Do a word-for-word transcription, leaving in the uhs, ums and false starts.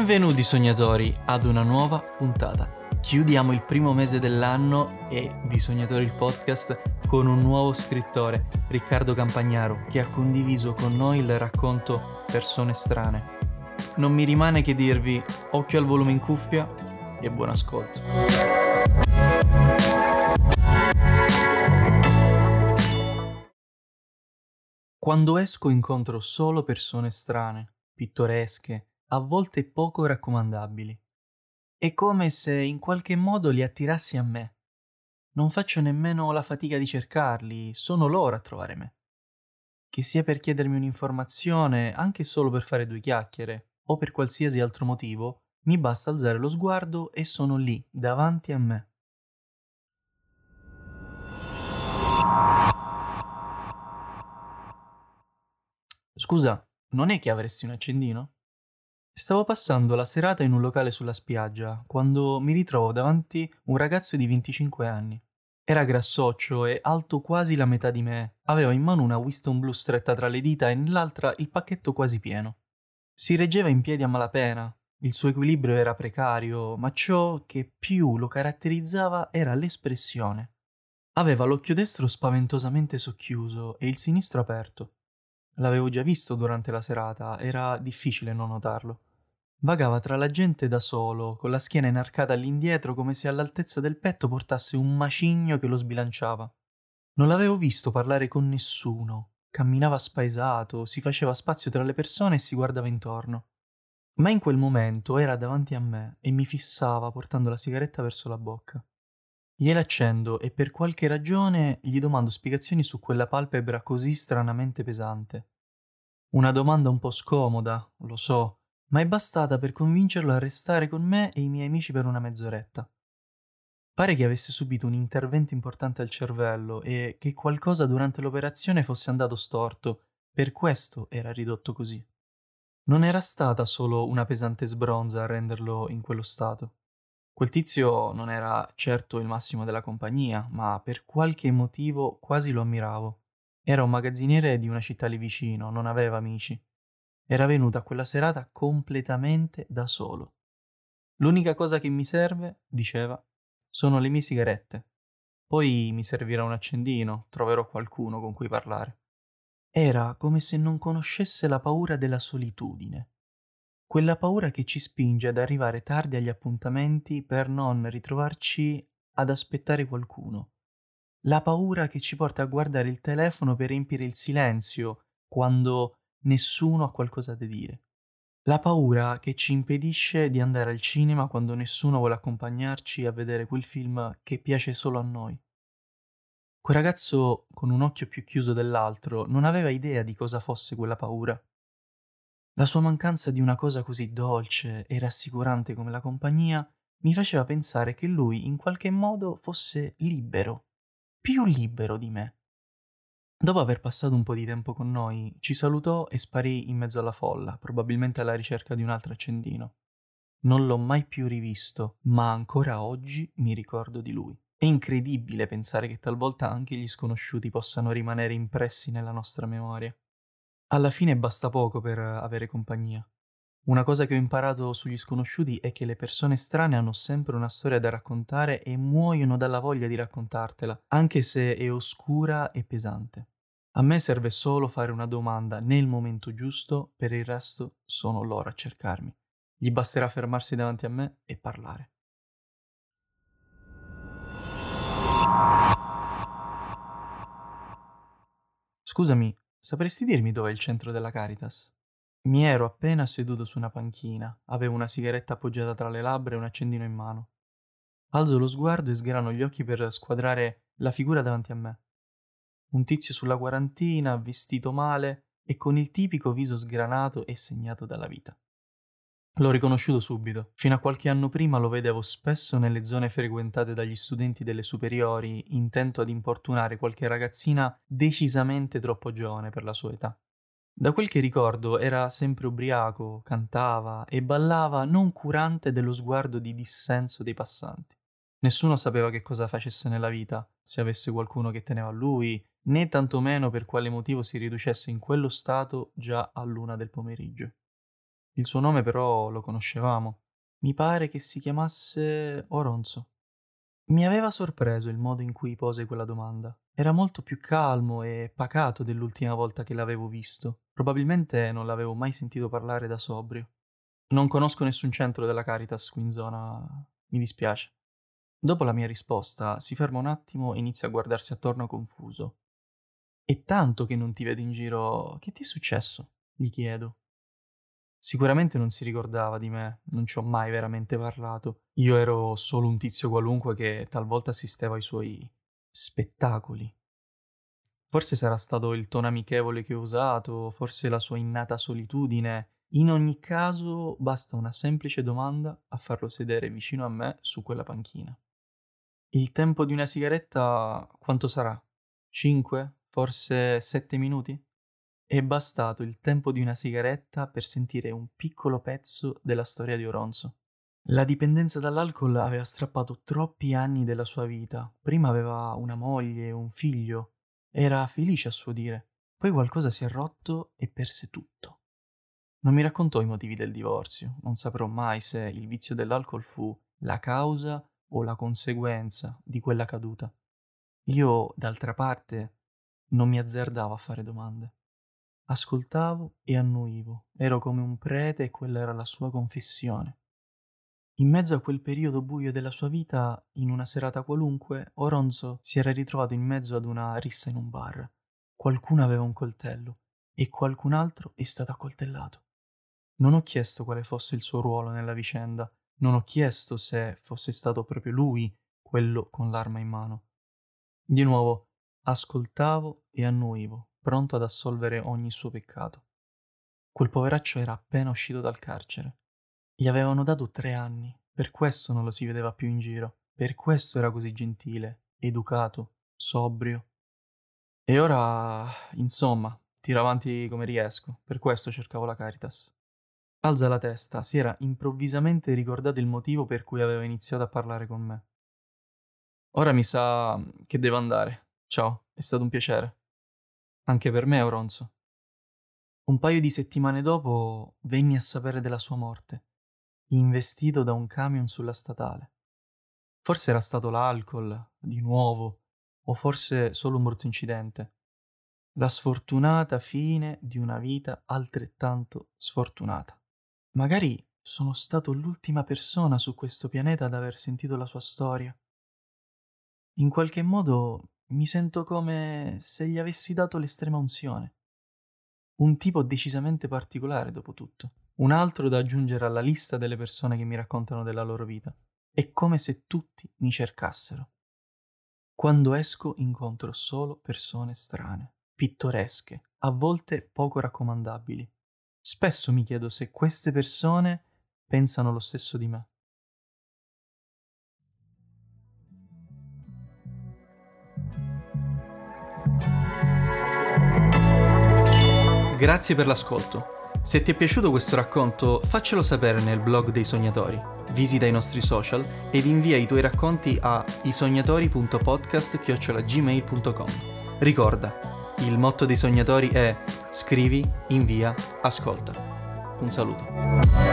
Benvenuti sognatori ad una nuova puntata. Chiudiamo il primo mese dell'anno e di Sognatori il podcast con un nuovo scrittore, Riccardo Campagnaro, che ha condiviso con noi il racconto Persone strane. Non mi rimane che dirvi occhio al volume in cuffia e buon ascolto. Quando esco incontro solo persone strane, pittoresche, a volte poco raccomandabili. È come se in qualche modo li attirassi a me. Non faccio nemmeno la fatica di cercarli, sono loro a trovare me. Che sia per chiedermi un'informazione, anche solo per fare due chiacchiere, o per qualsiasi altro motivo, mi basta alzare lo sguardo e sono lì, davanti a me. Scusa, non è che avresti un accendino? Stavo passando la serata in un locale sulla spiaggia, quando mi ritrovo davanti un ragazzo di venticinque anni. Era grassoccio e alto quasi la metà di me, aveva in mano una Winston blu stretta tra le dita e nell'altra il pacchetto quasi pieno. Si reggeva in piedi a malapena, il suo equilibrio era precario, ma ciò che più lo caratterizzava era l'espressione. Aveva l'occhio destro spaventosamente socchiuso e il sinistro aperto. L'avevo già visto durante la serata, era difficile non notarlo. Vagava tra la gente da solo, con la schiena inarcata all'indietro come se all'altezza del petto portasse un macigno che lo sbilanciava. Non l'avevo visto parlare con nessuno. Camminava spaesato, si faceva spazio tra le persone e si guardava intorno. Ma in quel momento era davanti a me e mi fissava portando la sigaretta verso la bocca. Gliela accendo e per qualche ragione gli domando spiegazioni su quella palpebra così stranamente pesante. Una domanda un po' scomoda, lo so, ma è bastata per convincerlo a restare con me e i miei amici per una mezz'oretta. Pare che avesse subito un intervento importante al cervello e che qualcosa durante l'operazione fosse andato storto, per questo era ridotto così. Non era stata solo una pesante sbronza a renderlo in quello stato. Quel tizio non era certo il massimo della compagnia, ma per qualche motivo quasi lo ammiravo. Era un magazziniere di una città lì vicino, non aveva amici. Era venuto a quella serata completamente da solo. L'unica cosa che mi serve, diceva, sono le mie sigarette. Poi mi servirà un accendino, troverò qualcuno con cui parlare. Era come se non conoscesse la paura della solitudine. Quella paura che ci spinge ad arrivare tardi agli appuntamenti per non ritrovarci ad aspettare qualcuno. La paura che ci porta a guardare il telefono per riempire il silenzio quando nessuno ha qualcosa da dire. La paura che ci impedisce di andare al cinema quando nessuno vuole accompagnarci a vedere quel film che piace solo a noi. Quel ragazzo, con un occhio più chiuso dell'altro, non aveva idea di cosa fosse quella paura. La sua mancanza di una cosa così dolce e rassicurante come la compagnia mi faceva pensare che lui in qualche modo fosse libero, più libero di me. Dopo aver passato un po' di tempo con noi, ci salutò e sparì in mezzo alla folla, probabilmente alla ricerca di un altro accendino. Non l'ho mai più rivisto, ma ancora oggi mi ricordo di lui. È incredibile pensare che talvolta anche gli sconosciuti possano rimanere impressi nella nostra memoria. Alla fine basta poco per avere compagnia. Una cosa che ho imparato sugli sconosciuti è che le persone strane hanno sempre una storia da raccontare e muoiono dalla voglia di raccontartela, anche se è oscura e pesante. A me serve solo fare una domanda nel momento giusto, per il resto sono loro a cercarmi. Gli basterà fermarsi davanti a me e parlare. Scusami, sapresti dirmi dov'è il centro della Caritas? Mi ero appena seduto su una panchina, avevo una sigaretta appoggiata tra le labbra e un accendino in mano. Alzo lo sguardo e sgrano gli occhi per squadrare la figura davanti a me. Un tizio sulla quarantina, vestito male e con il tipico viso sgranato e segnato dalla vita. L'ho riconosciuto subito. Fino a qualche anno prima lo vedevo spesso nelle zone frequentate dagli studenti delle superiori, intento ad importunare qualche ragazzina decisamente troppo giovane per la sua età. Da quel che ricordo era sempre ubriaco, cantava e ballava non curante dello sguardo di dissenso dei passanti. Nessuno sapeva che cosa facesse nella vita, se avesse qualcuno che teneva a lui, né tantomeno per quale motivo si riducesse in quello stato già a l'una del pomeriggio. Il suo nome però lo conoscevamo. Mi pare che si chiamasse Oronzo. Mi aveva sorpreso il modo in cui pose quella domanda. Era molto più calmo e pacato dell'ultima volta che l'avevo visto. Probabilmente non l'avevo mai sentito parlare da sobrio. Non conosco nessun centro della Caritas qui in zona. Mi dispiace. Dopo la mia risposta, si ferma un attimo e inizia a guardarsi attorno confuso. È tanto che non ti vedo in giro. Che ti è successo? Gli chiedo. Sicuramente non si ricordava di me, non ci ho mai veramente parlato. Io ero solo un tizio qualunque che talvolta assisteva ai suoi spettacoli. Forse sarà stato il tono amichevole che ho usato, forse la sua innata solitudine. In ogni caso, basta una semplice domanda a farlo sedere vicino a me su quella panchina. Il tempo di una sigaretta quanto sarà? Cinque? Forse sette minuti? È bastato il tempo di una sigaretta per sentire un piccolo pezzo della storia di Oronzo. La dipendenza dall'alcol aveva strappato troppi anni della sua vita. Prima aveva una moglie, un figlio. Era felice a suo dire. Poi qualcosa si è rotto e perse tutto. Non mi raccontò i motivi del divorzio. Non saprò mai se il vizio dell'alcol fu la causa o la conseguenza di quella caduta. Io, d'altra parte, non mi azzardavo a fare domande. Ascoltavo e annuivo. Ero come un prete e quella era la sua confessione. In mezzo a quel periodo buio della sua vita, in una serata qualunque, Oronzo si era ritrovato in mezzo ad una rissa in un bar. Qualcuno aveva un coltello e qualcun altro è stato accoltellato. Non ho chiesto quale fosse il suo ruolo nella vicenda, non ho chiesto se fosse stato proprio lui quello con l'arma in mano. Di nuovo, ascoltavo e annuivo, pronto ad assolvere ogni suo peccato. Quel poveraccio era appena uscito dal carcere. Gli avevano dato tre anni, per questo non lo si vedeva più in giro, per questo era così gentile, educato, sobrio. E ora, insomma, tiro avanti come riesco, per questo cercavo la Caritas. Alza la testa, si era improvvisamente ricordato il motivo per cui aveva iniziato a parlare con me. Ora mi sa che devo andare. Ciao, è stato un piacere. Anche per me, Oronzo. Un paio di settimane dopo venni a sapere della sua morte, investito da un camion sulla statale. Forse era stato l'alcol, di nuovo, o forse solo un brutto incidente. La sfortunata fine di una vita altrettanto sfortunata. Magari sono stato l'ultima persona su questo pianeta ad aver sentito la sua storia. In qualche modo mi sento come se gli avessi dato l'estrema unzione. Un tipo decisamente particolare, dopo tutto. Un altro da aggiungere alla lista delle persone che mi raccontano della loro vita. È come se tutti mi cercassero. Quando esco incontro solo persone strane, pittoresche, a volte poco raccomandabili. Spesso mi chiedo se queste persone pensano lo stesso di me. Grazie per l'ascolto. Se ti è piaciuto questo racconto, faccelo sapere nel blog dei Sognatori. Visita i nostri social ed invia i tuoi racconti a isognatori punto podcast chiocciola gmail punto com. Ricorda, il motto dei Sognatori è scrivi, invia, ascolta. Un saluto.